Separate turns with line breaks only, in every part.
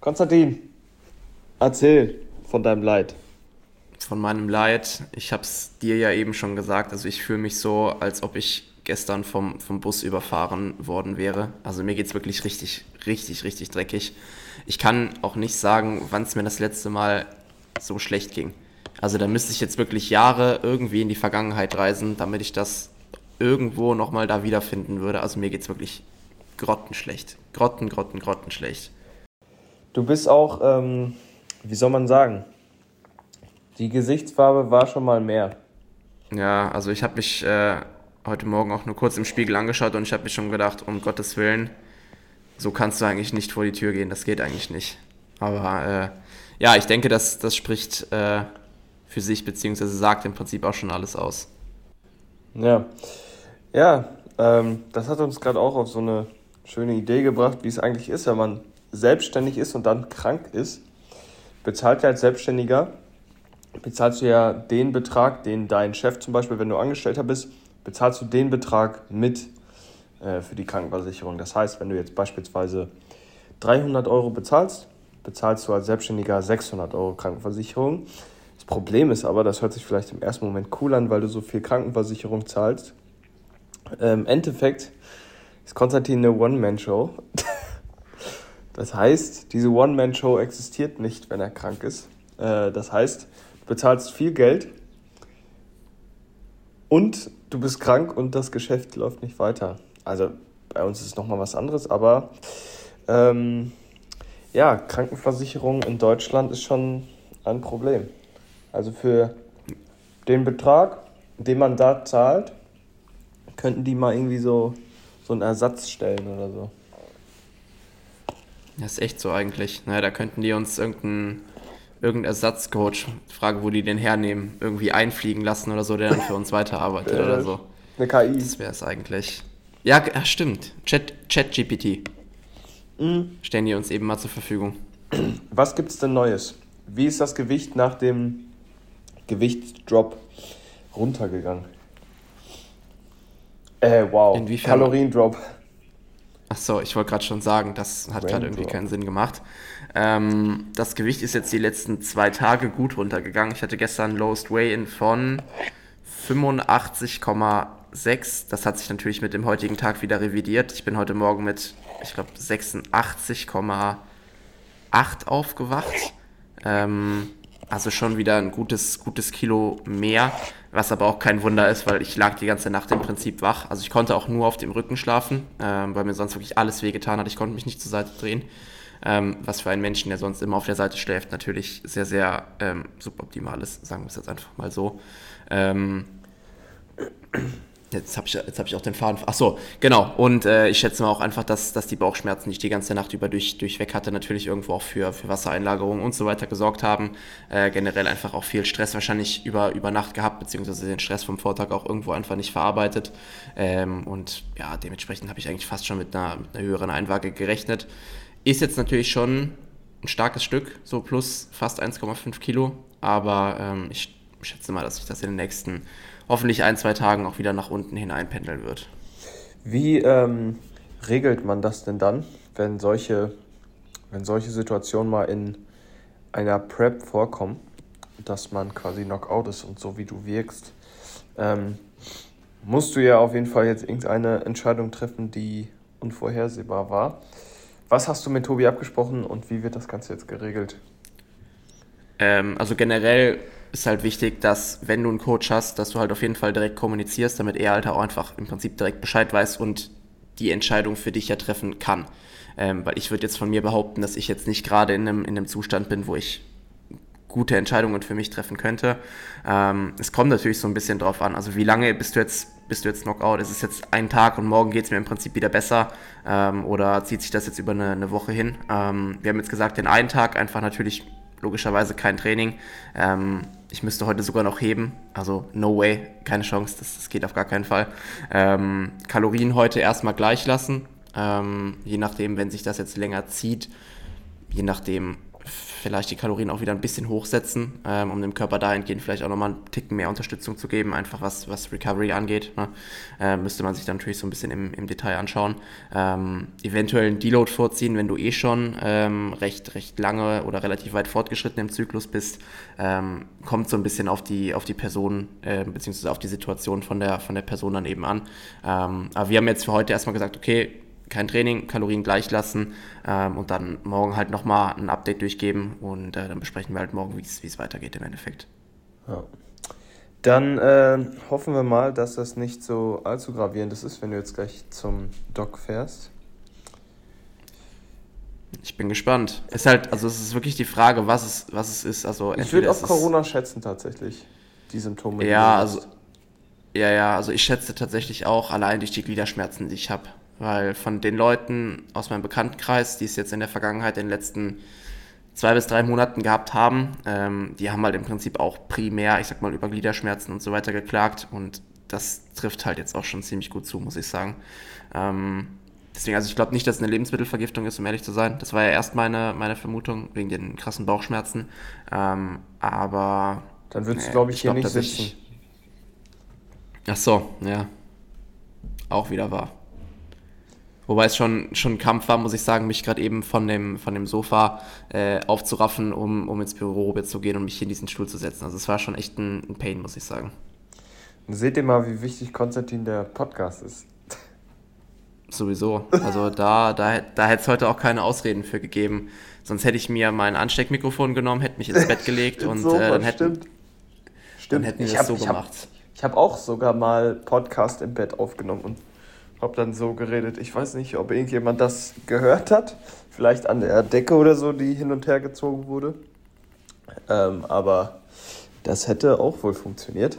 Konstantin, erzähl von deinem Leid.
Von meinem Leid, ich habe es dir ja eben schon gesagt, also ich fühle mich so, als ob ich gestern vom Bus überfahren worden wäre. Also mir geht's wirklich richtig, richtig, richtig dreckig. Ich kann auch nicht sagen, wann es mir das letzte Mal so schlecht ging. Also da müsste ich jetzt wirklich Jahre irgendwie in die Vergangenheit reisen, damit ich das irgendwo nochmal da wiederfinden würde. Also mir geht's wirklich grottenschlecht. Grottenschlecht.
Du bist auch, wie soll man sagen, die Gesichtsfarbe war schon mal mehr.
Ja, also ich habe mich heute Morgen auch nur kurz im Spiegel angeschaut und ich habe mir schon gedacht, um Gottes Willen, so kannst du eigentlich nicht vor die Tür gehen, das geht eigentlich nicht. Aber ja, ich denke, das spricht für sich, beziehungsweise sagt im Prinzip auch schon alles aus.
Ja, ja, das hat uns gerade auch auf so eine schöne Idee gebracht, wie es eigentlich ist, wenn man selbstständig ist und dann krank ist. Bezahlt ja als Selbstständiger, bezahlst du ja den Betrag, den dein Chef zum Beispiel, wenn du Angestellter bist, bezahlst du den Betrag mit für die Krankenversicherung. Das heißt, wenn du jetzt beispielsweise 300 Euro bezahlst, bezahlst du als Selbstständiger 600 Euro Krankenversicherung. Das Problem ist aber, das hört sich vielleicht im ersten Moment cool an, weil du so viel Krankenversicherung zahlst. Im Endeffekt ist Konstantin eine One-Man-Show. Das heißt, diese One-Man-Show existiert nicht, wenn er krank ist. Das heißt, du bezahlst viel Geld und du bist krank und das Geschäft läuft nicht weiter. Also bei uns ist es nochmal was anderes, aber ja, Krankenversicherung in Deutschland ist schon ein Problem. Also für den Betrag, den man da zahlt, könnten die mal irgendwie so einen Ersatz stellen oder so.
Das ist echt so eigentlich. Naja, da könnten die uns irgendeinen Ersatzcoach, Frage, wo die den hernehmen, irgendwie einfliegen lassen oder so, der dann für uns weiterarbeitet oder so.
Eine KI.
Das wäre es eigentlich. Ja, stimmt. ChatGPT stellen die uns eben mal zur Verfügung.
Was gibt's denn Neues? Wie ist das Gewicht nach dem Gewichtsdrop runtergegangen? Wow.
Inwiefern?
Kaloriendrop.
Ach so, ich wollte gerade schon sagen, das hat gerade irgendwie
Raindrop.
keinen Sinn gemacht. Das Gewicht ist jetzt die letzten 2 Tage gut runtergegangen. Ich hatte gestern ein Lowest Weigh-In von 85,6. Das hat sich natürlich mit dem heutigen Tag wieder revidiert. Ich bin heute Morgen mit, ich glaube, 86,8 aufgewacht. Also schon wieder ein gutes Kilo mehr, was aber auch kein Wunder ist, weil ich lag die ganze Nacht im Prinzip wach. Also ich konnte auch nur auf dem Rücken schlafen, weil mir sonst wirklich alles wehgetan hat. Ich konnte mich nicht zur Seite drehen, was für einen Menschen, der sonst immer auf der Seite schläft, natürlich sehr, sehr suboptimal ist, sagen wir es jetzt einfach mal so. Jetzt hab ich auch den Faden. Ach so, genau. Und ich schätze mal auch einfach, dass die Bauchschmerzen, die ich die ganze Nacht über durchweg hatte, natürlich irgendwo auch für Wassereinlagerung und so weiter gesorgt haben. Generell einfach auch viel Stress wahrscheinlich über Nacht gehabt, beziehungsweise den Stress vom Vortag auch irgendwo einfach nicht verarbeitet. Und ja, dementsprechend habe ich eigentlich fast schon mit einer höheren Einwaage gerechnet. Ist jetzt natürlich schon ein starkes Stück, so plus fast 1,5 Kilo. Aber ich schätze mal, dass sich das in den nächsten hoffentlich 1, 2 Tagen auch wieder nach unten hin einpendeln wird.
Wie regelt man das denn dann, wenn solche Situationen mal in einer Prep vorkommen, dass man quasi Knockout ist und so wie du wirkst? Musst du ja auf jeden Fall jetzt irgendeine Entscheidung treffen, die unvorhersehbar war. Was hast du mit Tobi abgesprochen und wie wird das Ganze jetzt geregelt?
Also generell ist halt wichtig, dass wenn du einen Coach hast, dass du halt auf jeden Fall direkt kommunizierst, damit er halt auch einfach im Prinzip direkt Bescheid weiß und die Entscheidung für dich ja treffen kann. Weil ich würde jetzt von mir behaupten, dass ich jetzt nicht gerade in einem Zustand bin, wo ich gute Entscheidungen für mich treffen könnte. Es kommt natürlich so ein bisschen drauf an. Also wie lange bist du jetzt Knockout? Ist es jetzt ein Tag und morgen geht es mir im Prinzip wieder besser? Oder zieht sich das jetzt über eine Woche hin? Wir haben jetzt gesagt, den einen Tag einfach natürlich logischerweise kein Training. Ich müsste heute sogar noch heben. Also no way, keine Chance, das geht auf gar keinen Fall. Kalorien heute erstmal gleich lassen. Je nachdem, wenn sich das jetzt länger zieht, je nachdem vielleicht die Kalorien auch wieder ein bisschen hochsetzen, um dem Körper dahingehend vielleicht auch nochmal einen Ticken mehr Unterstützung zu geben, einfach was Recovery angeht. Ne? Müsste man sich dann natürlich so ein bisschen im Detail anschauen. Eventuell einen Deload vorziehen, wenn du schon recht lange oder relativ weit fortgeschritten im Zyklus bist. Kommt so ein bisschen auf die Person beziehungsweise auf die Situation von der Person dann eben an. Aber wir haben jetzt für heute erstmal gesagt, okay, kein Training, Kalorien gleich lassen und dann morgen halt nochmal ein Update durchgeben und dann besprechen wir halt morgen, wie es weitergeht im Endeffekt.
Ja. Dann hoffen wir mal, dass das nicht so allzu gravierendes ist, wenn du jetzt gleich zum Doc fährst.
Ich bin gespannt. Es ist wirklich die Frage, was es ist. Also
ich würde auf Corona schätzen tatsächlich, die Symptome.
Also ich schätze tatsächlich auch allein durch die Gliederschmerzen, die ich habe. Weil von den Leuten aus meinem Bekanntenkreis, die es jetzt in der Vergangenheit in den letzten 2 bis 3 Monaten gehabt haben, die haben halt im Prinzip auch primär, ich sag mal, über Gliederschmerzen und so weiter geklagt und das trifft halt jetzt auch schon ziemlich gut zu, muss ich sagen. Deswegen, also ich glaube nicht, dass es eine Lebensmittelvergiftung ist, um ehrlich zu sein. Das war ja erst meine Vermutung, wegen den krassen Bauchschmerzen. Aber
dann würdest du, glaube ich, hier nicht sitzen.
Ach so, ja. Auch wieder wahr. Wobei es schon ein Kampf war, muss ich sagen, mich gerade eben von dem Sofa aufzuraffen, um ins Büro zu gehen und mich hier in diesen Stuhl zu setzen. Also es war schon echt ein Pain, muss ich sagen.
Seht ihr mal, wie wichtig Konstantin der Podcast ist.
Sowieso. Also da hätte es heute auch keine Ausreden für gegeben. Sonst hätte ich mir mein Ansteckmikrofon genommen, hätte mich ins Bett gelegt und dann hätten wir das so gemacht.
Ich habe auch sogar mal Podcast im Bett aufgenommen und habe dann so geredet. Ich weiß nicht, ob irgendjemand das gehört hat. Vielleicht an der Decke oder so, die hin und her gezogen wurde. Aber das hätte auch wohl funktioniert.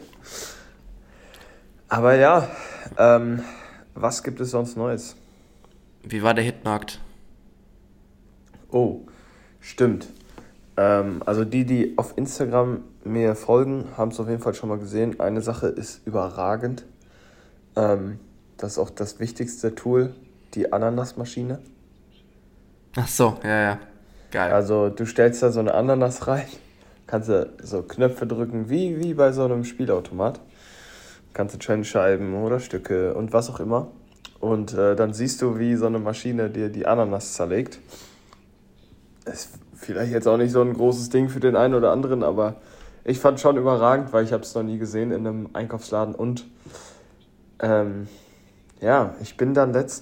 Aber ja, was gibt es sonst Neues?
Wie war der Hitmarkt?
Oh, stimmt. Also die auf Instagram mir folgen, haben es auf jeden Fall schon mal gesehen. Eine Sache ist überragend. Das ist auch das wichtigste Tool, die Ananasmaschine.
Ach so, ja. Geil.
Also du stellst da so eine Ananas rein, kannst du so Knöpfe drücken, wie bei so einem Spielautomat. Kannst du Trennscheiben oder Stücke und was auch immer. Und dann siehst du, wie so eine Maschine dir die Ananas zerlegt. Ist vielleicht jetzt auch nicht so ein großes Ding für den einen oder anderen, aber ich fand schon überragend, weil ich habe es noch nie gesehen in einem Einkaufsladen. Und ich bin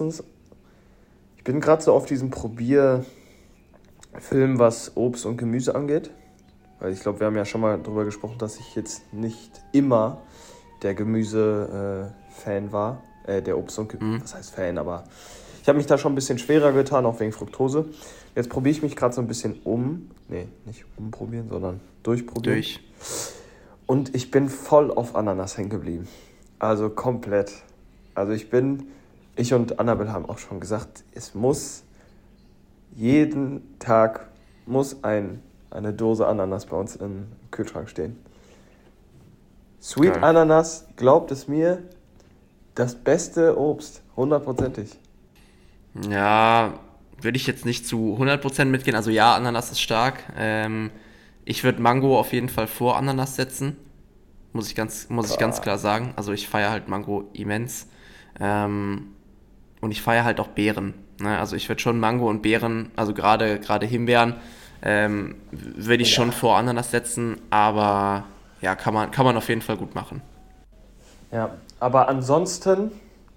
gerade so auf diesem Probierfilm, was Obst und Gemüse angeht. Weil ich glaube, wir haben ja schon mal darüber gesprochen, dass ich jetzt nicht immer der Gemüse-Fan war. Der Obst- und Gemüse, was heißt Fan, aber ich habe mich da schon ein bisschen schwerer getan, auch wegen Fructose. Jetzt probiere ich mich gerade so ein bisschen nicht umprobieren, sondern durchprobieren. Und ich bin voll auf Ananas hängen geblieben. Also komplett. Also ich und Annabelle haben auch schon gesagt, es muss jeden Tag eine Dose Ananas bei uns im Kühlschrank stehen. Sweet Geil. Ananas, glaubt es mir, das beste Obst, 100%.
Ja, würde ich jetzt nicht zu 100% mitgehen. Also ja, Ananas ist stark. Ich würde Mango auf jeden Fall vor Ananas setzen. Muss ich ganz klar sagen. Also ich feiere halt Mango immens. Und ich feiere halt auch Beeren. Ne? Also ich würde schon Mango und Beeren, also gerade Himbeeren, würde ich schon vor Ananas setzen. Aber ja, kann man auf jeden Fall gut machen.
Ja, aber ansonsten,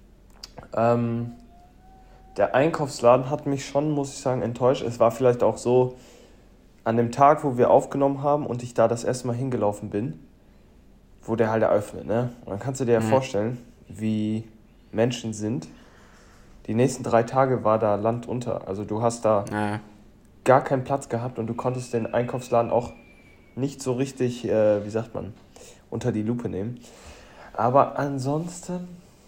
der Einkaufsladen hat mich schon, muss ich sagen, enttäuscht. Es war vielleicht auch so, an dem Tag, wo wir aufgenommen haben und ich da das erste Mal hingelaufen bin, wo der halt eröffnet, ne? Und dann kannst du dir ja vorstellen, wie Menschen sind. Die nächsten 3 Tage war da Land unter. Also du hast da gar keinen Platz gehabt und du konntest den Einkaufsladen auch nicht so richtig, unter die Lupe nehmen. Aber ansonsten,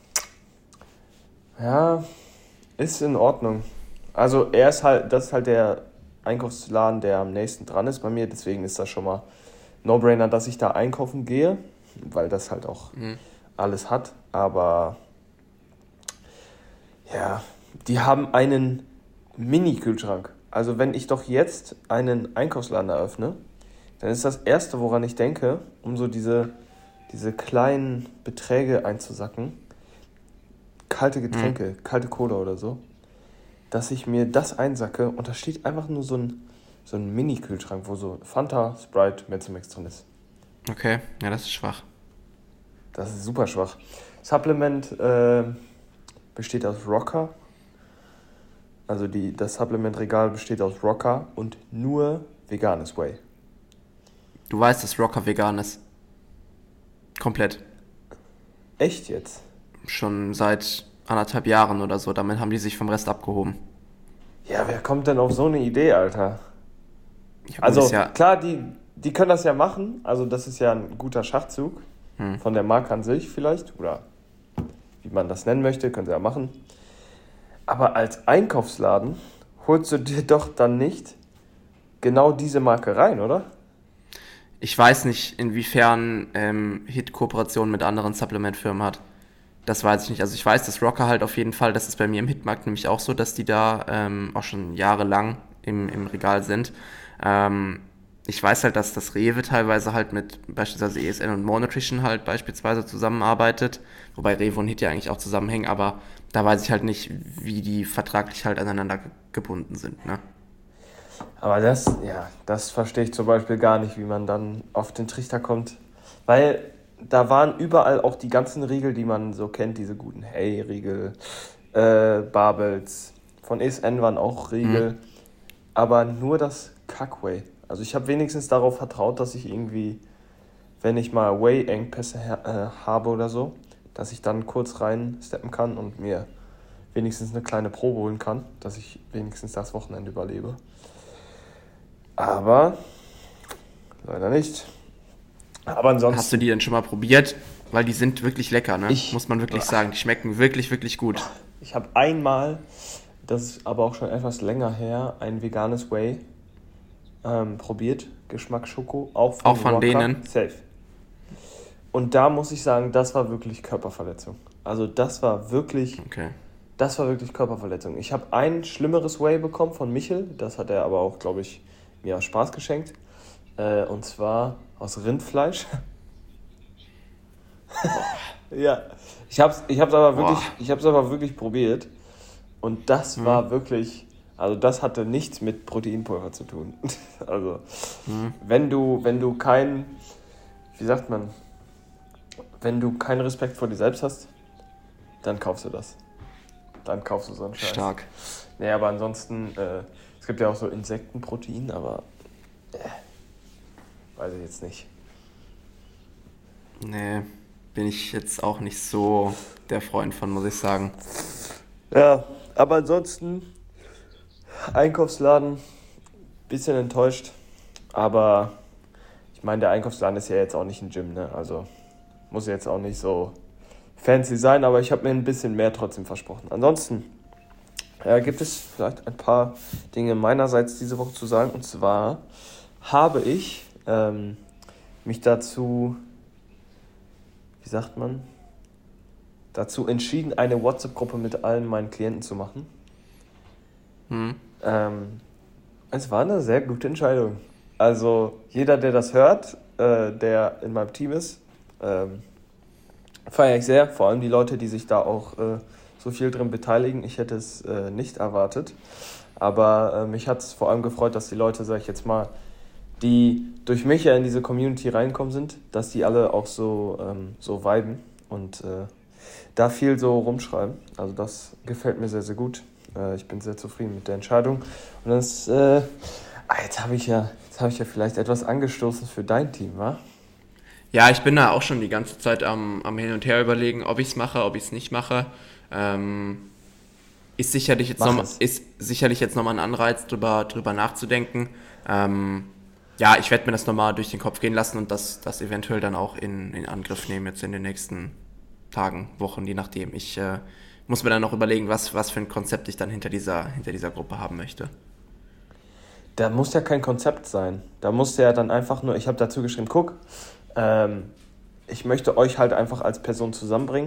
ja, ist in Ordnung. Also das ist halt der Einkaufsladen, der am nächsten dran ist bei mir. Deswegen ist das schon mal No-Brainer, dass ich da einkaufen gehe, weil das halt auch alles hat. Aber ja, die haben einen Mini-Kühlschrank. also wenn ich doch jetzt einen Einkaufsladen eröffne, dann ist das Erste, woran ich denke, um so diese kleinen Beträge einzusacken, kalte Getränke, kalte Cola oder so, dass ich mir das einsacke und da steht einfach nur so ein Mini-Kühlschrank, wo so Fanta, Sprite, Mezzomix drin ist.
Okay, ja, das ist schwach.
Das ist super schwach. Supplement besteht aus Rocker. Also das Supplement-Regal besteht aus Rocker und nur veganes Whey.
Du weißt, dass Rocker vegan ist. Komplett.
Echt jetzt?
Schon seit 1,5 Jahren oder so. Damit haben die sich vom Rest abgehoben.
Ja, wer kommt denn auf so eine Idee, Alter?
Ja, gut,
Also,
ja,
klar, die können das ja machen. Also, das ist ja ein guter Schachzug. Von der Marke an sich vielleicht. Oder wie man das nennen möchte, können sie ja machen. Aber als Einkaufsladen holst du dir doch dann nicht genau diese Marke rein, oder?
ich weiß nicht, inwiefern Hit Kooperationen mit anderen Supplement-Firmen hat. Das weiß ich nicht. Also ich weiß, dass Rocker halt auf jeden Fall, das ist bei mir im Hitmarkt nämlich auch so, dass die da auch schon jahrelang im Regal sind. Ich weiß halt, dass das Rewe teilweise halt mit beispielsweise ESN und More Nutrition halt beispielsweise zusammenarbeitet. Wobei Rewe und Hit ja eigentlich auch zusammenhängen, aber da weiß ich halt nicht, wie die vertraglich halt aneinander gebunden sind, ne?
Aber das verstehe ich zum Beispiel gar nicht, wie man dann auf den Trichter kommt. Weil da waren überall auch die ganzen Riegel, die man so kennt, diese guten Hey-Riegel, Barbels. Von ESN waren auch Riegel, aber nur das Kackway. Also ich habe wenigstens darauf vertraut, dass ich irgendwie, wenn ich mal Whey-Engpässe habe oder so, dass ich dann kurz reinsteppen kann und mir wenigstens eine kleine Probe holen kann, dass ich wenigstens das Wochenende überlebe. Aber leider nicht. Aber ansonsten...
Hast du die denn schon mal probiert? Weil die sind wirklich lecker, ne?
Ich-
Muss man wirklich sagen. Die schmecken wirklich, wirklich gut.
Ich habe einmal, das ist aber auch schon etwas länger her, ein veganes Whey probiert. Geschmack Schoko. Auch
von
Rocker.
denen?
Safe. Und da muss ich sagen, das war wirklich Körperverletzung. Also das war wirklich
Okay.
Körperverletzung. Ich habe ein schlimmeres Whey bekommen von Michel. Das hat er aber auch, glaube ich, mir aus Spaß geschenkt. Und zwar aus Rindfleisch. Ja. Ich hab's aber wirklich probiert. Und das war wirklich, also das hatte nichts mit Proteinpulver zu tun. Also, wenn du keinen Respekt vor dir selbst hast, dann kaufst du das. Dann kaufst du so einen Scheiß.
Stark.
Nee, aber ansonsten, es gibt ja auch so Insektenprotein, aber weiß ich jetzt nicht.
Nee, bin ich jetzt auch nicht so der Freund von, muss ich sagen.
Ja, aber ansonsten, Einkaufsladen, bisschen enttäuscht, aber ich meine, der Einkaufsladen ist ja jetzt auch nicht ein Gym, ne? Also muss jetzt auch nicht so fancy sein, aber ich habe mir ein bisschen mehr trotzdem versprochen. Ansonsten gibt es vielleicht ein paar Dinge meinerseits diese Woche zu sagen. Und zwar habe ich mich dazu entschieden, eine WhatsApp-Gruppe mit allen meinen Klienten zu machen. Es war eine sehr gute Entscheidung. Also jeder, der das hört, der in meinem Team ist, feiere ich sehr. Vor allem die Leute, die sich da auch so viel drin beteiligen. Ich hätte es nicht erwartet. Aber mich hat es vor allem gefreut, dass die Leute, sag ich jetzt mal, die durch mich ja in diese Community reinkommen sind, dass die alle auch so viben und da viel so rumschreiben. Also das gefällt mir sehr, sehr gut. Ich bin sehr zufrieden mit der Entscheidung. Und jetzt habe ich ja vielleicht etwas angestoßen für dein Team, wa?
Ja, ich bin da auch schon die ganze Zeit am Hin und Her überlegen, ob ich es mache, ob ich es nicht mache. Ist sicherlich jetzt nochmal ein Anreiz, drüber nachzudenken. Ja, ich werde mir das nochmal durch den Kopf gehen lassen und das eventuell dann auch in Angriff nehmen jetzt in den nächsten Tagen, Wochen, je nachdem. Ich muss mir dann noch überlegen, was für ein Konzept ich dann hinter dieser Gruppe haben möchte.
Da muss ja kein Konzept sein. Da muss ja dann einfach nur, ich habe dazu geschrieben, guck, ich möchte euch halt einfach als Person zusammenbringen,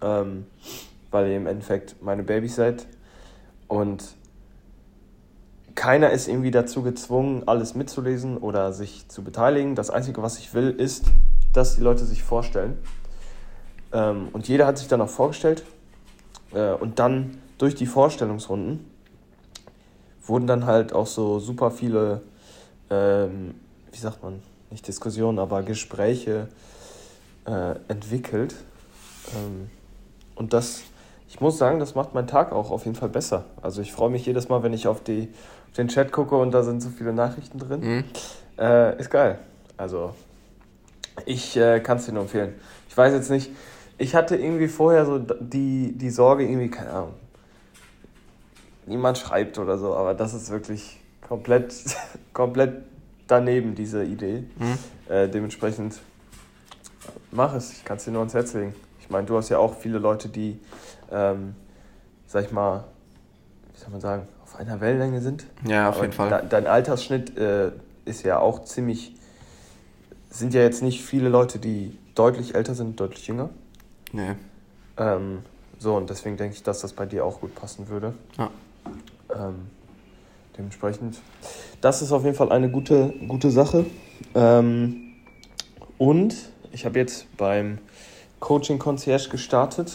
weil ihr im Endeffekt meine Babys seid. Und keiner ist irgendwie dazu gezwungen, alles mitzulesen oder sich zu beteiligen. Das Einzige, was ich will, ist, dass die Leute sich vorstellen. Und jeder hat sich dann auch vorgestellt. Und dann durch die Vorstellungsrunden wurden dann halt auch so super viele, wie sagt man, nicht Diskussionen, aber Gespräche entwickelt. Und das, ich muss sagen, das macht meinen Tag auch auf jeden Fall besser. Also ich freue mich jedes Mal, wenn ich auf den Chat gucke und da sind so viele Nachrichten drin. Ist geil. Also ich kann es dir nur empfehlen. Ich weiß jetzt nicht, ich hatte irgendwie vorher so die Sorge, irgendwie, keine Ahnung, niemand schreibt oder so, aber das ist wirklich komplett daneben, diese Idee. Dementsprechend mach es, ich kann es dir nur ans Herz legen. Ich meine, du hast ja auch viele Leute, die, sag ich mal, wie soll man sagen, auf einer Wellenlänge sind.
Ja, auf jeden Fall.
Dein Altersschnitt ist ja auch ziemlich, sind ja jetzt nicht viele Leute, die deutlich älter sind, deutlich jünger.
Nee.
So, und deswegen denke ich, dass das bei dir auch gut passen würde.
Ja.
Dementsprechend, das ist auf jeden Fall eine gute Sache. Und ich habe jetzt beim Coaching Concierge gestartet.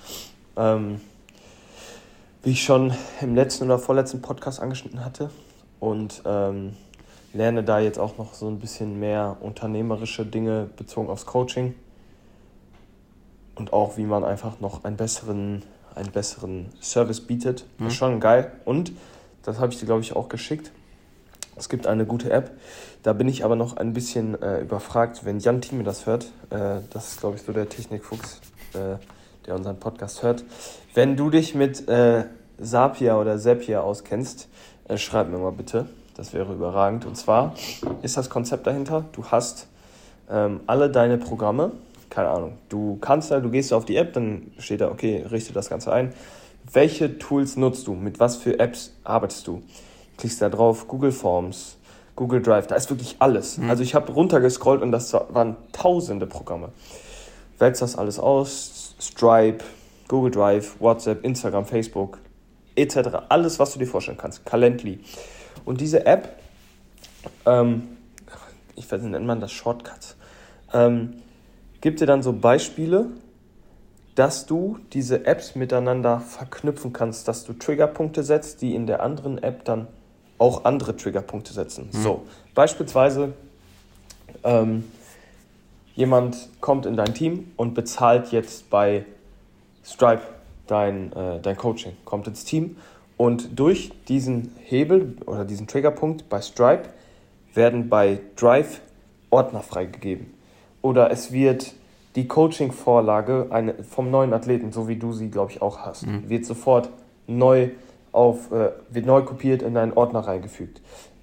Wie ich schon im letzten oder vorletzten Podcast angeschnitten hatte. Und lerne da jetzt auch noch so ein bisschen mehr unternehmerische Dinge bezogen aufs Coaching. Und auch, wie man einfach noch einen besseren Service bietet. Das ist schon geil. Und, das habe ich dir, glaube ich, auch geschickt. Es gibt eine gute App. Da bin ich aber noch ein bisschen überfragt, wenn Jan Thieme das hört. Das ist, glaube ich, so der Technikfuchs, der unseren Podcast hört. Wenn du dich mit Zapier oder Zapier auskennst, schreib mir mal bitte. Das wäre überragend. Und zwar ist das Konzept dahinter, du hast alle deine Programme, keine Ahnung, du gehst auf die App, dann steht da, okay, richte das Ganze ein. Welche Tools nutzt du? Mit was für Apps arbeitest du? Klickst da drauf, Google Forms, Google Drive, da ist wirklich alles. Also ich habe runtergescrollt und das waren tausende Programme. Wählst das alles aus, Stripe, Google Drive, WhatsApp, Instagram, Facebook, etc. Alles, was du dir vorstellen kannst. Calendly. Und diese App, ich weiß nicht, nennt man das Shortcuts, gibt dir dann so Beispiele, dass du diese Apps miteinander verknüpfen kannst, dass du Triggerpunkte setzt, die in der anderen App dann auch andere Triggerpunkte setzen. So, beispielsweise jemand kommt in dein Team und bezahlt jetzt bei Stripe dein Coaching, kommt ins Team und durch diesen Hebel oder diesen Triggerpunkt bei Stripe werden bei Drive Ordner freigegeben. Oder es wird die Coaching-Vorlage vom neuen Athleten, so wie du sie, glaube ich, auch hast, wird sofort neu kopiert in deinen Ordner reingefügt.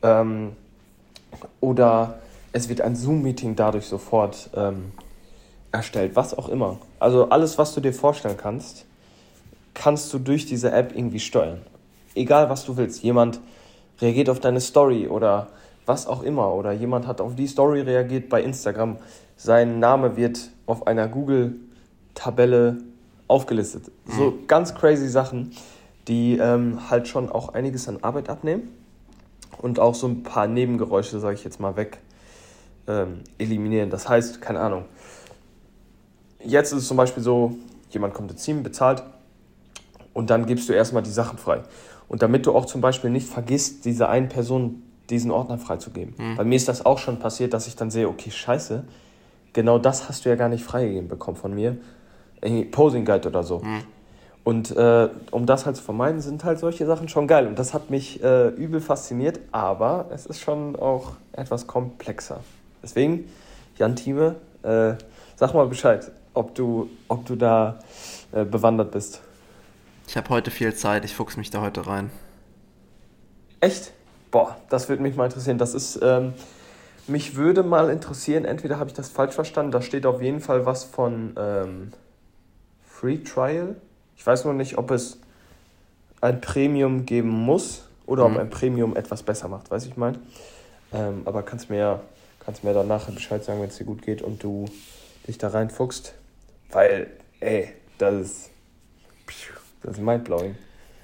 Oder es wird ein Zoom-Meeting dadurch sofort erstellt, was auch immer. Also alles, was du dir vorstellen kannst, kannst du durch diese App irgendwie steuern. Egal, was du willst. Jemand reagiert auf deine Story oder was auch immer. Oder jemand hat auf die Story reagiert bei Instagram. Sein Name wird auf einer Google-Tabelle aufgelistet. So ganz crazy Sachen, die halt schon auch einiges an Arbeit abnehmen und auch so ein paar Nebengeräusche, sage ich jetzt mal, weg eliminieren. Das heißt, keine Ahnung, jetzt ist es zum Beispiel so, jemand kommt ins Team, bezahlt und dann gibst du erstmal die Sachen frei. Und damit du auch zum Beispiel nicht vergisst, dieser einen Person diesen Ordner freizugeben. Bei mir ist das auch schon passiert, dass ich dann sehe, okay, scheiße, genau das hast du ja gar nicht freigegeben bekommen von mir. Posing Guide oder so. Und um das halt zu vermeiden, sind halt solche Sachen schon geil. Und das hat mich übel fasziniert, aber es ist schon auch etwas komplexer. Deswegen, Jan Thieme, sag mal Bescheid, ob du da bewandert bist.
Ich habe heute viel Zeit, ich fuchs mich da heute rein.
Echt? Boah, das würde mich mal interessieren. Das ist, mich würde mal interessieren, entweder habe ich das falsch verstanden, da steht auf jeden Fall was von Free Trial. Ich weiß nur nicht, ob es ein Premium geben muss oder ob ein Premium etwas besser macht, weiß ich mein. Aber kannst mir dann nachher Bescheid sagen, wenn es dir gut geht und du dich da reinfuchst. Weil, das ist mindblowing.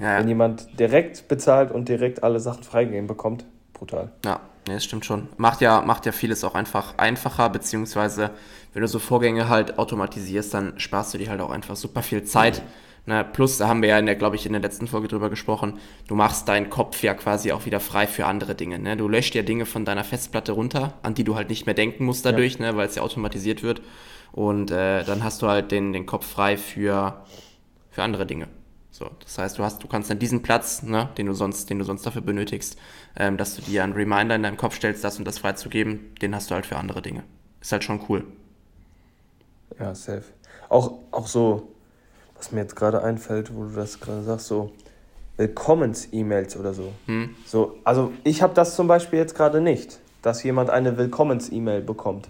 Ja,
Wenn jemand direkt bezahlt und direkt alle Sachen freigegeben bekommt, brutal.
ja, nee, das stimmt schon. Macht ja vieles auch einfach einfacher, beziehungsweise wenn du so Vorgänge halt automatisierst, dann sparst du dir halt auch einfach super viel Zeit. Ne? Plus, da haben wir ja glaube ich, in der letzten Folge drüber gesprochen, du machst deinen Kopf ja quasi auch wieder frei für andere Dinge. Ne? Du löscht ja Dinge von deiner Festplatte runter, an die du halt nicht mehr denken musst
Ja.
dadurch, ne? Weil es ja automatisiert wird. Und dann hast du halt den Kopf frei für andere Dinge. So, das heißt, du kannst dann diesen Platz, ne, den du sonst dafür benötigst, dass du dir einen Reminder in deinen Kopf stellst, das und das freizugeben, den hast du halt für andere Dinge. Ist halt schon cool.
Ja, safe. Auch so, was mir jetzt gerade einfällt, wo du das gerade sagst, so Willkommens-E-Mails oder so. So, also ich habe das zum Beispiel jetzt gerade nicht, dass jemand eine Willkommens-E-Mail bekommt.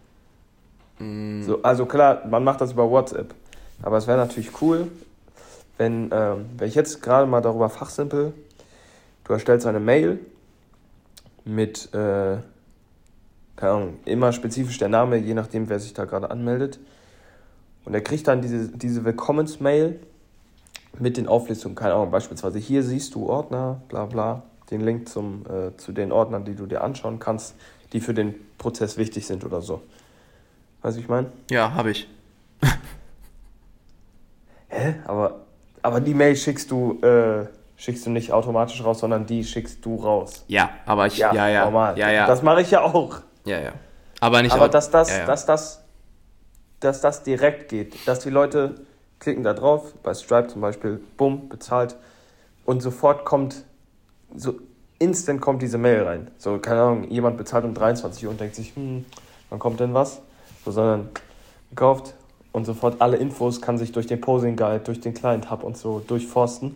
So, also klar, man macht das über WhatsApp. Aber es wäre natürlich cool, wenn ich jetzt gerade mal darüber fachsimpel, du erstellst eine Mail mit, keine Ahnung, immer spezifisch der Name, je nachdem, wer sich da gerade anmeldet. Und er kriegt dann diese Willkommens-Mail mit den Auflistungen, keine Ahnung, beispielsweise hier siehst du Ordner, bla bla, den Link zu den Ordnern, die du dir anschauen kannst, die für den Prozess wichtig sind oder so. Weißt du, wie ich meine?
Ja, habe ich.
Hä? Aber die Mail schickst du nicht automatisch raus, sondern die schickst du raus.
Ja, aber
Normal.
ja.
Das mache ich ja auch.
Ja. Aber nicht
Aber
auch,
dass
ja.
das direkt geht, dass die Leute klicken da drauf, bei Stripe zum Beispiel, bumm, bezahlt und sofort so instant kommt diese Mail rein. So, keine Ahnung, jemand bezahlt um 23 Uhr und denkt sich, wann kommt denn was? So, sondern gekauft und sofort alle Infos kann sich durch den Posing Guide, durch den Client Hub und so durchforsten.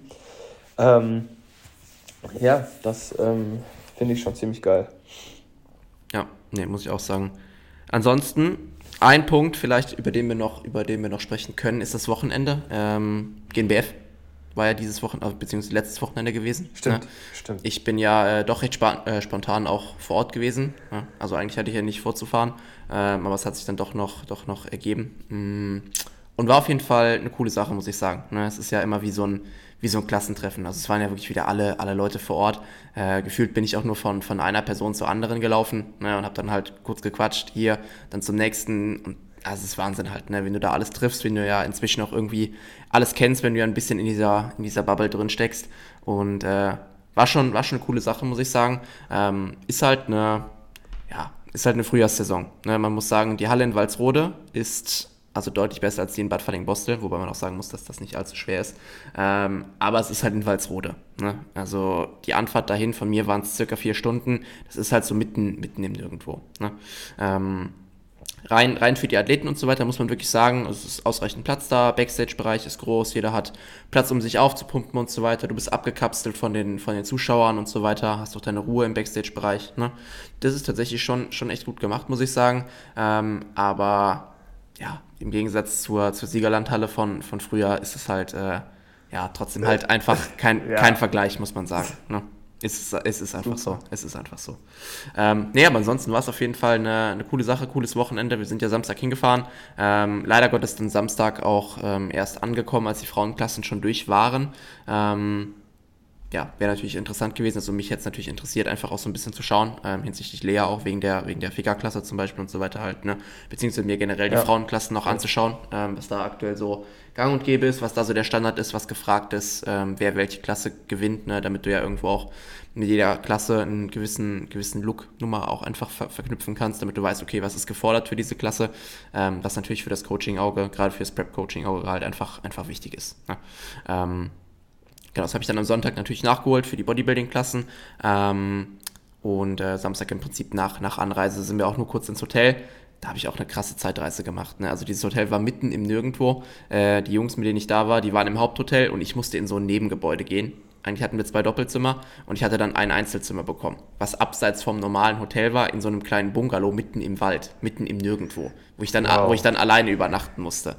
Ja, das finde ich schon ziemlich geil.
Ja, nee, muss ich auch sagen. Ansonsten, ein Punkt vielleicht, über den wir noch sprechen können, ist das Wochenende. GNBF war ja dieses Wochenende, beziehungsweise letztes Wochenende gewesen.
Stimmt.
Ich bin ja doch recht spontan auch vor Ort gewesen. Ja? Also eigentlich hatte ich ja nicht vorzufahren, aber es hat sich dann doch noch ergeben. Und war auf jeden Fall eine coole Sache, muss ich sagen. Ne? Es ist ja immer wie so ein Klassentreffen. Also es waren ja wirklich wieder alle Leute vor Ort. Gefühlt bin ich auch nur von einer Person zur anderen gelaufen, ne? Und habe dann halt kurz gequatscht, hier, dann zum nächsten. Und also es ist Wahnsinn halt, ne? Wenn du da alles triffst, wenn du ja inzwischen auch irgendwie alles kennst, wenn du ja ein bisschen in dieser Bubble drin steckst. Und war schon eine coole Sache, muss ich sagen. Ist halt eine Frühjahrssaison. Ne? Man muss sagen, die Halle in Walsrode ist also deutlich besser als die in Bad Falling-Bostel, wobei man auch sagen muss, dass das nicht allzu schwer ist. Aber es ist halt in Walsrode. Ne? Also die Anfahrt dahin von mir waren es circa 4 Stunden. Das ist halt so mitten im Nirgendwo. Ne? Rein für die Athleten und so weiter muss man wirklich sagen, es ist ausreichend Platz da, Backstage-Bereich ist groß, jeder hat Platz, um sich aufzupumpen und so weiter. Du bist abgekapselt von den Zuschauern und so weiter, hast auch deine Ruhe im Backstage-Bereich. Ne? Das ist tatsächlich schon echt gut gemacht, muss ich sagen. Aber ja, im Gegensatz zur Siegerlandhalle von früher ist es halt trotzdem halt einfach kein Vergleich, muss man sagen. Ne? Es ist einfach so. Es ist einfach so. Aber ansonsten war es auf jeden Fall eine coole Sache, cooles Wochenende. Wir sind ja Samstag hingefahren. Leider Gottes dann Samstag auch erst angekommen, als die Frauenklassen schon durch waren. Wäre natürlich interessant gewesen. Also mich hätte es natürlich interessiert, einfach auch so ein bisschen zu schauen, hinsichtlich Lea auch wegen der Figure-Klasse zum Beispiel und so weiter halt, ne? Beziehungsweise mir generell die Frauenklassen noch anzuschauen, was da aktuell so gang und gäbe ist, was da so der Standard ist, was gefragt ist, wer welche Klasse gewinnt, ne? Damit du ja irgendwo auch mit jeder Klasse einen gewissen Look-Nummer auch einfach verknüpfen kannst, damit du weißt, okay, was ist gefordert für diese Klasse, was natürlich für das Coaching-Auge, gerade für das Prep-Coaching-Auge halt einfach wichtig ist, ne? Genau, das habe ich dann am Sonntag natürlich nachgeholt für die Bodybuilding-Klassen. Und Samstag im Prinzip nach Anreise sind wir auch nur kurz ins Hotel. Da habe ich auch eine krasse Zeitreise gemacht. Ne? Also dieses Hotel war mitten im Nirgendwo. Die Jungs, mit denen ich da war, die waren im Haupthotel und ich musste in so ein Nebengebäude gehen. Eigentlich hatten wir 2 Doppelzimmer und ich hatte dann ein Einzelzimmer bekommen, was abseits vom normalen Hotel war, in so einem kleinen Bungalow mitten im Wald, mitten im Nirgendwo, wo ich dann alleine übernachten musste.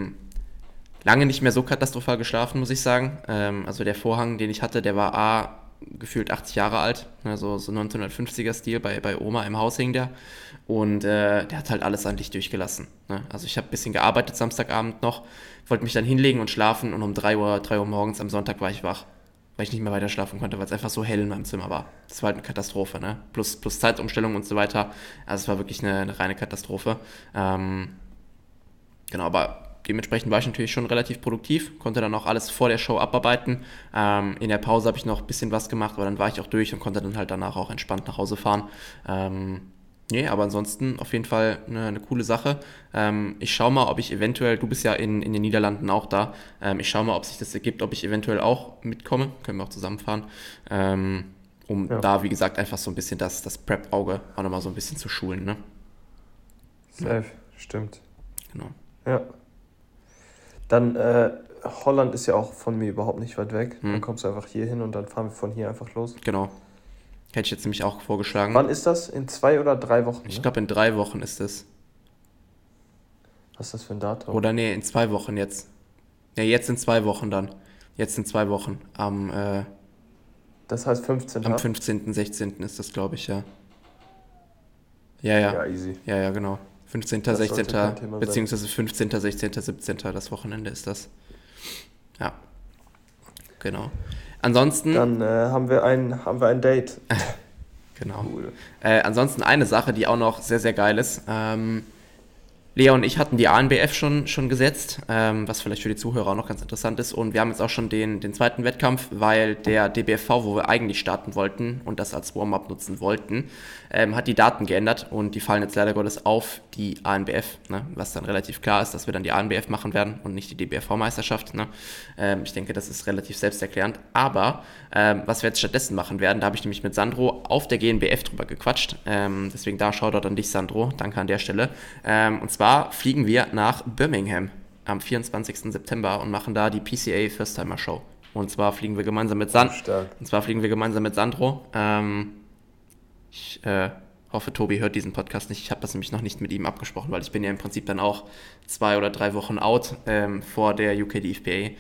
Lange nicht mehr so katastrophal geschlafen, muss ich sagen. Also der Vorhang, den ich hatte, der war gefühlt 80 Jahre alt, ne, so 1950er-Stil, bei Oma im Haus hing der. Und der hat halt alles an Licht durchgelassen. Ne? Also ich habe ein bisschen gearbeitet Samstagabend noch, wollte mich dann hinlegen und schlafen und um 3 Uhr morgens am Sonntag war ich wach, weil ich nicht mehr weiter schlafen konnte, weil es einfach so hell in meinem Zimmer war. Das war halt eine Katastrophe, ne? Plus Zeitumstellung und so weiter. Also es war wirklich eine reine Katastrophe. Genau, aber dementsprechend war ich natürlich schon relativ produktiv, konnte dann auch alles vor der Show abarbeiten. In der Pause habe ich noch ein bisschen was gemacht, aber dann war ich auch durch und konnte dann halt danach auch entspannt nach Hause fahren. Nee, aber ansonsten auf jeden Fall eine coole Sache. Ich schaue mal, ob ich eventuell, du bist ja in den Niederlanden auch da, ich schaue mal, ob sich das ergibt, ob ich eventuell auch mitkomme. Können wir auch zusammenfahren. Um da, wie gesagt, einfach so ein bisschen das Prep-Auge auch nochmal so ein bisschen zu schulen. Ne?
Safe, stimmt.
Genau.
Ja. Dann, Holland ist ja auch von mir überhaupt nicht weit weg. Dann kommst du einfach hier hin und dann fahren wir von hier einfach los.
Genau. Hätte ich jetzt nämlich auch vorgeschlagen.
Wann ist das? In 2 oder 3 Wochen?
Ich glaube, in 3 Wochen ist es.
Was ist das für ein Datum?
Oder nee, in 2 Wochen jetzt. Ja, jetzt in 2 Wochen dann. Jetzt in 2 Wochen.
Das heißt 15.
Am 15., 16. ist das, glaube ich, ja. Ja,
easy.
Ja, genau. 15.,
Das sollte
16.,
kein Thema sein.
beziehungsweise 15., 16., 17. das Wochenende ist das. Ja. Genau. Ansonsten.
Dann haben wir ein Date.
Genau.
Cool.
Ansonsten eine Sache, die auch noch sehr, sehr geil ist. Lea und ich hatten die ANBF schon gesetzt, was vielleicht für die Zuhörer auch noch ganz interessant ist. Und wir haben jetzt auch schon den zweiten Wettkampf, weil der DBFV, wo wir eigentlich starten wollten und das als Warm-up nutzen wollten, hat die Daten geändert und die fallen jetzt leider Gottes auf die ANBF, ne? Was dann relativ klar ist, dass wir dann die ANBF machen werden und nicht die DBFV-Meisterschaft. Ne? Ich denke, das ist relativ selbsterklärend. Aber was wir jetzt stattdessen machen werden, da habe ich nämlich mit Sandro auf der GNBF drüber gequatscht. Deswegen da Shoutout an dich, Sandro. Danke an der Stelle. Und zwar fliegen wir nach Birmingham am 24. September und machen da die PCA First-Timer Show. Und zwar fliegen wir gemeinsam mit Sandro. Ich hoffe, Tobi hört diesen Podcast nicht. Ich habe das nämlich noch nicht mit ihm abgesprochen, weil ich bin ja im Prinzip dann auch 2 oder 3 Wochen out vor der UKDFPA.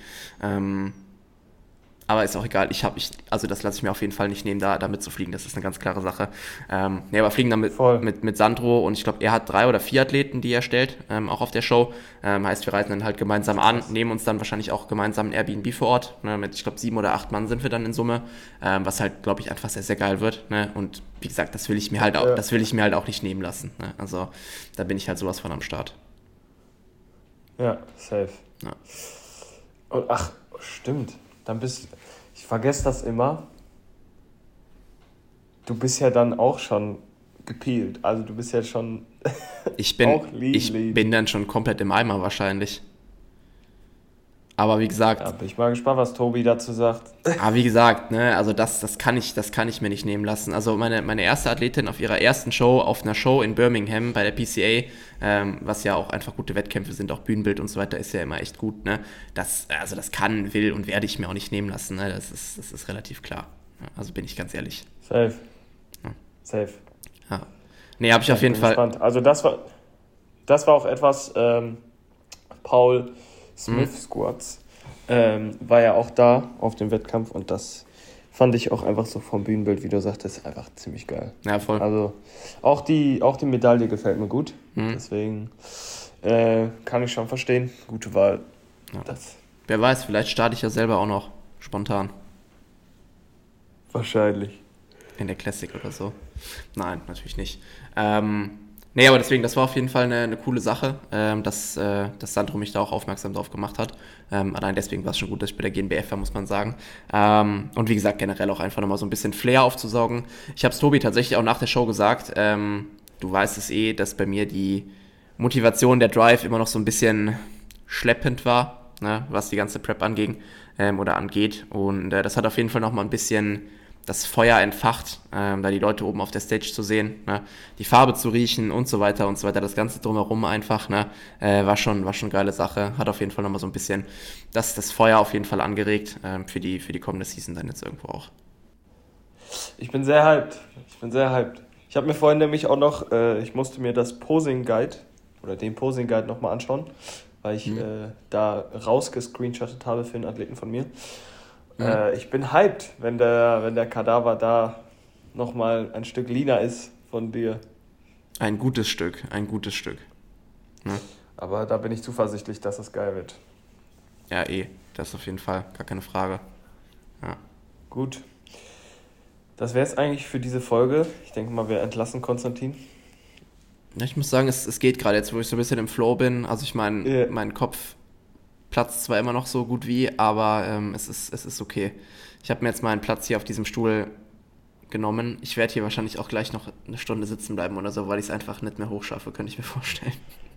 Aber ist auch egal, also das lasse ich mir auf jeden Fall nicht nehmen, da mitzufliegen, das ist eine ganz klare Sache. Aber fliegen dann mit Sandro und ich glaube, er hat 3 oder 4 Athleten, die er stellt, auch auf der Show. Heißt, wir reisen dann halt gemeinsam an, nehmen uns dann wahrscheinlich auch gemeinsam ein Airbnb vor Ort. Ne? Mit, ich glaube, 7 oder 8 Mann sind wir dann in Summe, was halt, glaube ich, einfach sehr, sehr geil wird. Ne? Und wie gesagt, das will ich mir halt auch nicht nehmen lassen. Ne? Also da bin ich halt sowas von am Start.
Ja, safe.
Ja.
Und stimmt. Ich vergesse das immer. Du bist ja dann auch schon gepeelt. Also du bist ja schon
Ich bin dann schon komplett im Eimer wahrscheinlich. Aber wie gesagt.
Ja, bin ich mal gespannt, was Tobi dazu sagt.
Aber wie gesagt, ne, also das kann ich mir nicht nehmen lassen. Also meine erste Athletin auf ihrer ersten Show, auf einer Show in Birmingham bei der PCA, was ja auch einfach gute Wettkämpfe sind, auch Bühnenbild und so weiter, ist ja immer echt gut, ne? Das kann, will und werde ich mir auch nicht nehmen lassen, ne? Das ist relativ klar. Also bin ich ganz ehrlich.
Safe.
Ja.
Safe.
Ja. Nee, habe ich auf jeden Fall.
Gespannt. Also das war auch etwas, Paul Smith Squats war ja auch da auf dem Wettkampf und das fand ich auch einfach so vom Bühnenbild, wie du sagtest, einfach ziemlich geil.
Ja, voll.
Also auch die Medaille gefällt mir gut, deswegen kann ich schon verstehen. Gute Wahl.
Ja. Wer weiß, vielleicht starte ich ja selber auch noch spontan.
Wahrscheinlich.
In der Classic oder so. Nein, natürlich nicht. Nee, aber deswegen, das war auf jeden Fall eine coole Sache, dass Sandro mich da auch aufmerksam drauf gemacht hat. Allein deswegen war es schon gut, dass ich bei der GNBF war, muss man sagen. Und wie gesagt, generell auch einfach nochmal so ein bisschen Flair aufzusaugen. Ich habe es Tobi tatsächlich auch nach der Show gesagt. Du weißt es dass bei mir die Motivation, der Drive immer noch so ein bisschen schleppend war, ne, was die ganze Prep angeht. Und das hat auf jeden Fall nochmal ein bisschen das Feuer entfacht, da die Leute oben auf der Stage zu sehen, ne? Die Farbe zu riechen und so weiter, das Ganze drumherum einfach, ne? War schon eine geile Sache, hat auf jeden Fall nochmal so ein bisschen das Feuer auf jeden Fall angeregt, für die kommende Season dann jetzt irgendwo auch.
Ich bin sehr hyped. Ich habe mir vorhin nämlich auch noch, ich musste mir das Posing Guide oder den Posing Guide nochmal anschauen, weil ich da rausgescreenshottet habe für einen Athleten von mir. Ich bin hyped, wenn der Kadaver da nochmal ein Stück leaner ist von dir.
Ein gutes Stück. Ne?
Aber da bin ich zuversichtlich, dass es geil wird.
Ja, das auf jeden Fall, gar keine Frage. Ja.
Gut. Das wäre es eigentlich für diese Folge. Ich denke mal, wir entlassen Konstantin.
Ja, ich muss sagen, es geht gerade jetzt, wo ich so ein bisschen im Flow bin. Also ich meine, mein Kopf platzt zwar immer noch so gut wie, aber es ist okay. Ich habe mir jetzt meinen Platz hier auf diesem Stuhl genommen. Ich werde hier wahrscheinlich auch gleich noch eine Stunde sitzen bleiben oder so, weil ich es einfach nicht mehr hochschaffe, könnte ich mir vorstellen.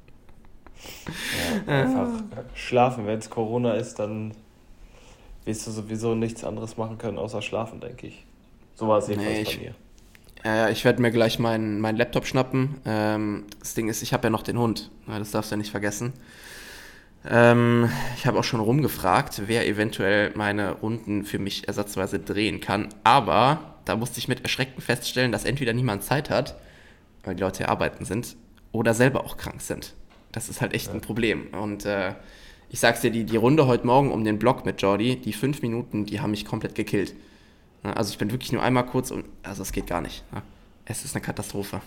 Ja, einfach schlafen. Wenn es Corona ist, dann wirst du sowieso nichts anderes machen können, außer schlafen, denke ich. So war es jedenfalls bei mir.
Ich werde mir gleich meinen Laptop schnappen. Das Ding ist, ich habe ja noch den Hund. Das darfst du ja nicht vergessen. Ich habe auch schon rumgefragt, wer eventuell meine Runden für mich ersatzweise drehen kann. Aber da musste ich mit Erschrecken feststellen, dass entweder niemand Zeit hat, weil die Leute ja arbeiten sind, oder selber auch krank sind. Das ist halt echt ein Problem. Und ich sag's dir, die Runde heute Morgen um den Block mit Jordi, die 5 Minuten, die haben mich komplett gekillt. Also ich bin wirklich nur einmal kurz also es geht gar nicht. Es ist eine Katastrophe.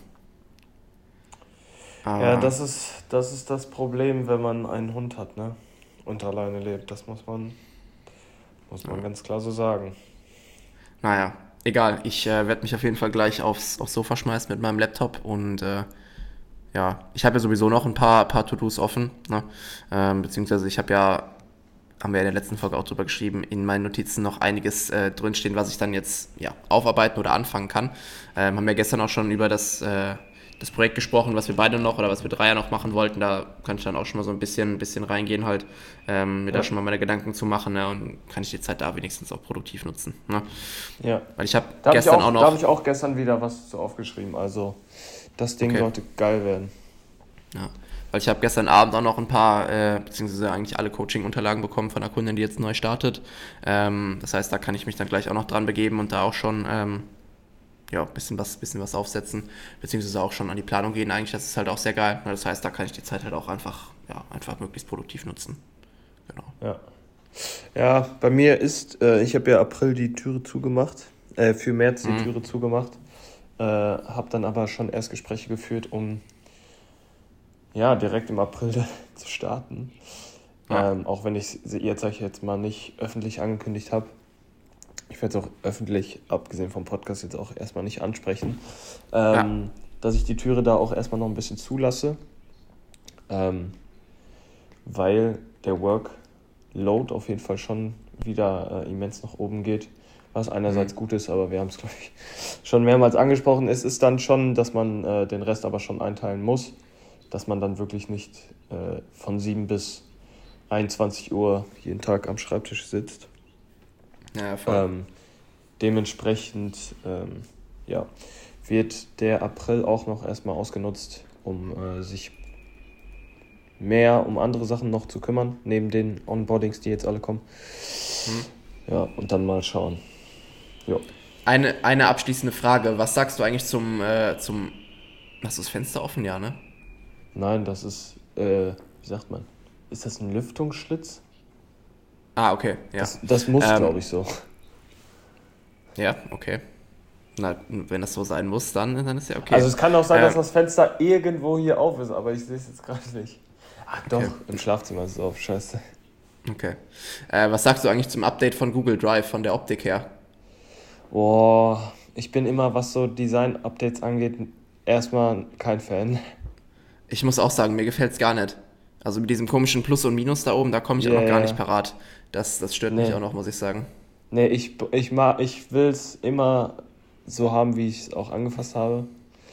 Ja, das ist das Problem, wenn man einen Hund hat, ne? Und alleine lebt. Das muss man ganz klar so sagen.
Naja, egal. Ich werde mich auf jeden Fall gleich aufs Sofa schmeißen mit meinem Laptop und ich habe ja sowieso noch ein paar To-Dos offen, ne? Beziehungsweise haben wir ja in der letzten Folge auch drüber geschrieben, in meinen Notizen noch einiges drinstehen, was ich dann jetzt aufarbeiten oder anfangen kann. Haben wir gestern auch schon über das Projekt gesprochen, was wir beide noch oder was wir Dreier noch machen wollten. Da kann ich dann auch schon mal so ein bisschen reingehen halt, mir da schon mal meine Gedanken zu machen, ne? Und kann ich die Zeit da wenigstens auch produktiv nutzen. Ne?
Ja.
Weil ich habe gestern auch noch...
Da habe ich auch gestern wieder was zu aufgeschrieben, also das Ding sollte geil werden.
Ja, weil ich habe gestern Abend auch noch ein paar, beziehungsweise eigentlich alle Coaching-Unterlagen bekommen von einer Kundin, die jetzt neu startet. Das heißt, da kann ich mich dann gleich auch noch dran begeben und da auch schon ein bisschen was aufsetzen, beziehungsweise auch schon an die Planung gehen. Eigentlich, das ist halt auch sehr geil. Das heißt, da kann ich die Zeit halt auch einfach möglichst produktiv nutzen. Genau.
Ja, bei mir ist, ich habe ja April die Türe zugemacht, für März die Türe zugemacht, habe dann aber schon Erstgespräche geführt, um direkt im April zu starten. Ja. Auch wenn ich jetzt, sag ich jetzt mal, nicht öffentlich angekündigt habe. Ich werde es auch öffentlich, abgesehen vom Podcast, jetzt auch erstmal nicht ansprechen. Dass ich die Türe da auch erstmal noch ein bisschen zulasse. Weil der Workload auf jeden Fall schon wieder immens nach oben geht. Was einerseits gut ist, aber wir haben es, glaube ich, schon mehrmals angesprochen. Es ist dann schon, dass man den Rest aber schon einteilen muss. Dass man dann wirklich nicht von 7 bis 21 Uhr jeden Tag am Schreibtisch sitzt.
Ja, voll.
Dementsprechend wird der April auch noch erstmal ausgenutzt, um sich mehr um andere Sachen noch zu kümmern, neben den Onboardings, die jetzt alle kommen. Ja, und dann mal schauen. Jo.
Eine abschließende Frage. Was sagst du eigentlich zum hast du das Fenster offen, ja, ne?
Nein, das ist, wie sagt man, ist das ein Lüftungsschlitz?
Ah, okay, ja.
Das muss, glaube ich, so.
Ja, okay. Na, wenn das so sein muss, dann ist ja okay.
Also es kann auch sein, dass das Fenster irgendwo hier auf ist, aber ich sehe es jetzt gerade nicht. Ach doch, im Schlafzimmer ist es auf, scheiße.
Okay. Was sagst du eigentlich zum Update von Google Drive, von der Optik her?
Boah, ich bin immer, was so Design-Updates angeht, erstmal kein Fan.
Ich muss auch sagen, mir gefällt es gar nicht. Also mit diesem komischen Plus und Minus da oben, da komme ich auch noch gar nicht parat. Das stört mich auch noch, muss ich sagen.
Nee, ich will es immer so haben, wie ich es auch angefasst habe.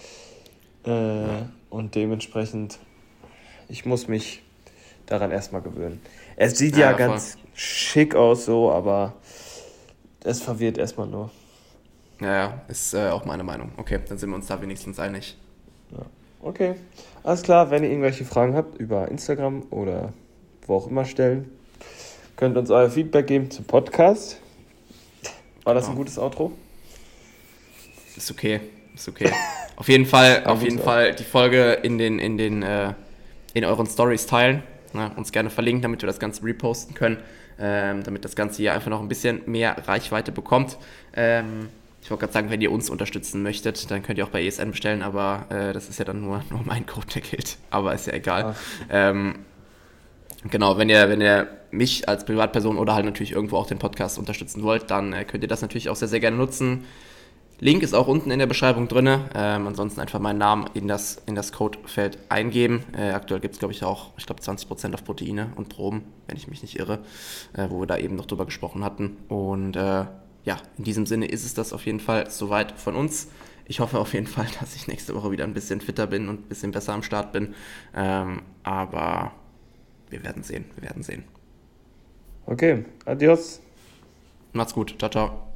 Und dementsprechend, ich muss mich daran erstmal gewöhnen. Es sieht ja ganz schick aus so, aber es verwirrt erstmal nur.
Ja, ist auch meine Meinung. Okay, dann sind wir uns da wenigstens einig.
Ja. Okay, alles klar. Wenn ihr irgendwelche Fragen habt, über Instagram oder wo auch immer stellen, könnt uns euer Feedback geben zum Podcast. War das ein gutes Outro?
Ist okay. Auf jeden Fall die Folge in euren Stories teilen. Ne, uns gerne verlinken, damit wir das Ganze reposten können. damit das Ganze hier einfach noch ein bisschen mehr Reichweite bekommt. Ich wollte gerade sagen, wenn ihr uns unterstützen möchtet, dann könnt ihr auch bei ESN bestellen, aber das ist ja dann nur mein Code, der gilt. Aber ist ja egal. Genau, wenn ihr mich als Privatperson oder halt natürlich irgendwo auch den Podcast unterstützen wollt, dann könnt ihr das natürlich auch sehr, sehr gerne nutzen. Link ist auch unten in der Beschreibung drin. Ansonsten einfach meinen Namen in das Codefeld eingeben. Aktuell gibt es, glaube ich, auch, 20% auf Proteine und Proben, wenn ich mich nicht irre, wo wir da eben noch drüber gesprochen hatten. Und ja, in diesem Sinne ist es das auf jeden Fall soweit von uns. Ich hoffe auf jeden Fall, dass ich nächste Woche wieder ein bisschen fitter bin und ein bisschen besser am Start bin. Aber wir werden sehen.
Okay, adios.
Macht's gut. Ciao, ciao.